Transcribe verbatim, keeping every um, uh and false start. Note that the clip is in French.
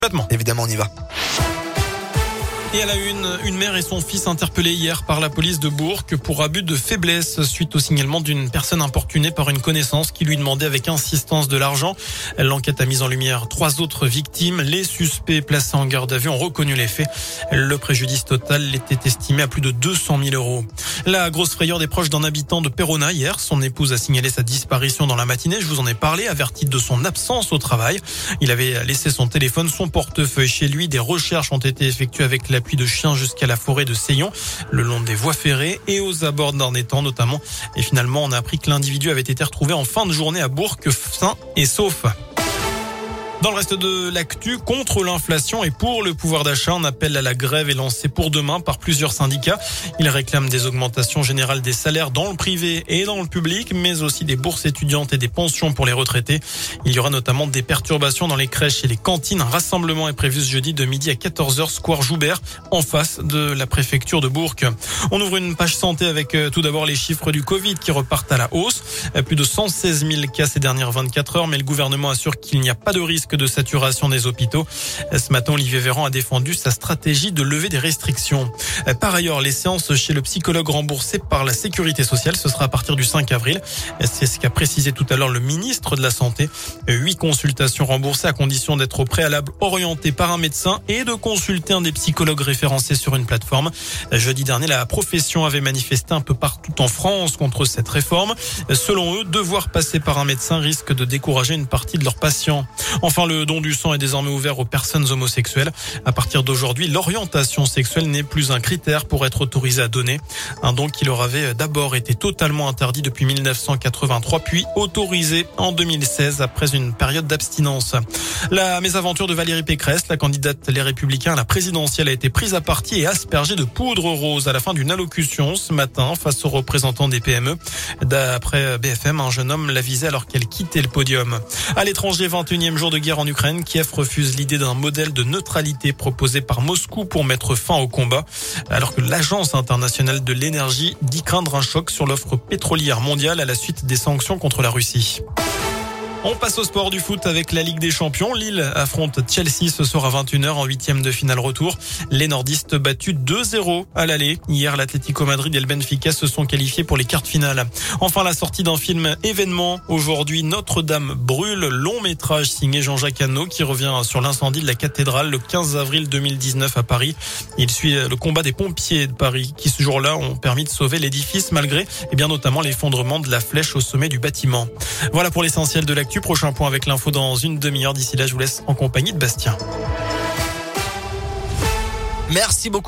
Complètement. Évidemment, on y va. Et à la une, une mère et son fils interpellés hier par la police de Bourg pour abus de faiblesse suite au signalement d'une personne importunée par une connaissance qui lui demandait avec insistance de l'argent. L'enquête a mis en lumière trois autres victimes. Les suspects placés en garde à vue ont reconnu les faits. Le préjudice total était estimé à plus de deux cent mille euros. La grosse frayeur des proches d'un habitant de Péronat hier. Son épouse a signalé sa disparition dans la matinée. Je vous en ai parlé, averti de son absence au travail. Il avait laissé son téléphone, son portefeuille chez lui. Des recherches ont été effectuées avec la puis de chiens jusqu'à la forêt de Seillon, le long des voies ferrées et aux abords d'un étang notamment. Et finalement, on a appris que l'individu avait été retrouvé en fin de journée à Bourg, sain et sauf. Dans le reste de l'actu, contre l'inflation et pour le pouvoir d'achat, un appel à la grève est lancé pour demain par plusieurs syndicats. Ils réclament des augmentations générales des salaires dans le privé et dans le public, mais aussi des bourses étudiantes et des pensions pour les retraités. Il y aura notamment des perturbations dans les crèches et les cantines. Un rassemblement est prévu ce jeudi de midi à quatorze heures, square Joubert, en face de la préfecture de Bourg. On ouvre une page santé avec tout d'abord les chiffres du Covid qui repartent à la hausse. Plus de cent seize mille cas ces dernières vingt-quatre heures, mais le gouvernement assure qu'il n'y a pas de risque de saturation des hôpitaux. Ce matin, Olivier Véran a défendu sa stratégie de lever des restrictions. Par ailleurs, les séances chez le psychologue remboursées par la Sécurité sociale, ce sera à partir du cinq avril. C'est ce qu'a précisé tout à l'heure le ministre de la Santé. Huit consultations remboursées à condition d'être au préalable orienté par un médecin et de consulter un des psychologues référencés sur une plateforme. Jeudi dernier, la profession avait manifesté un peu partout en France contre cette réforme. Selon eux, devoir passer par un médecin risque de décourager une partie de leurs patients. Enfin, le don du sang est désormais ouvert aux personnes homosexuelles. À partir d'aujourd'hui, l'orientation sexuelle n'est plus un critère pour être autorisé à donner. Un don qui leur avait d'abord été totalement interdit depuis mille neuf cent quatre-vingt-trois, puis autorisé en deux mille seize après une période d'abstinence. La mésaventure de Valérie Pécresse, la candidate Les Républicains à la présidentielle, a été prise à partie et aspergée de poudre rose à la fin d'une allocution ce matin face aux représentants des P M E. D'après B F M, un jeune homme la visait alors qu'elle quittait le podium. À l'étranger, vingt et unième jour de guerre en Ukraine, Kiev refuse l'idée d'un modèle de neutralité proposé par Moscou pour mettre fin au combat, alors que l'Agence internationale de l'énergie dit craindre un choc sur l'offre pétrolière mondiale à la suite des sanctions contre la Russie. On passe au sport du foot avec la Ligue des Champions. Lille affronte Chelsea ce soir à vingt et une heures en huitième de finale retour. Les nordistes battus deux zéro à l'aller. Hier, l'Atlético Madrid et le Benfica se sont qualifiés pour les quarts de finale. Enfin, la sortie d'un film événement. Aujourd'hui, Notre-Dame brûle, long métrage signé Jean-Jacques Hano qui revient sur l'incendie de la cathédrale le quinze avril deux mille dix-neuf à Paris. Il suit le combat des pompiers de Paris qui ce jour-là ont permis de sauver l'édifice malgré, eh bien, notamment l'effondrement de la flèche au sommet du bâtiment. Voilà pour l'essentiel de l'actu. Prochain point avec l'info dans une demi-heure. D'ici là, je vous laisse en compagnie de Bastien. Merci beaucoup.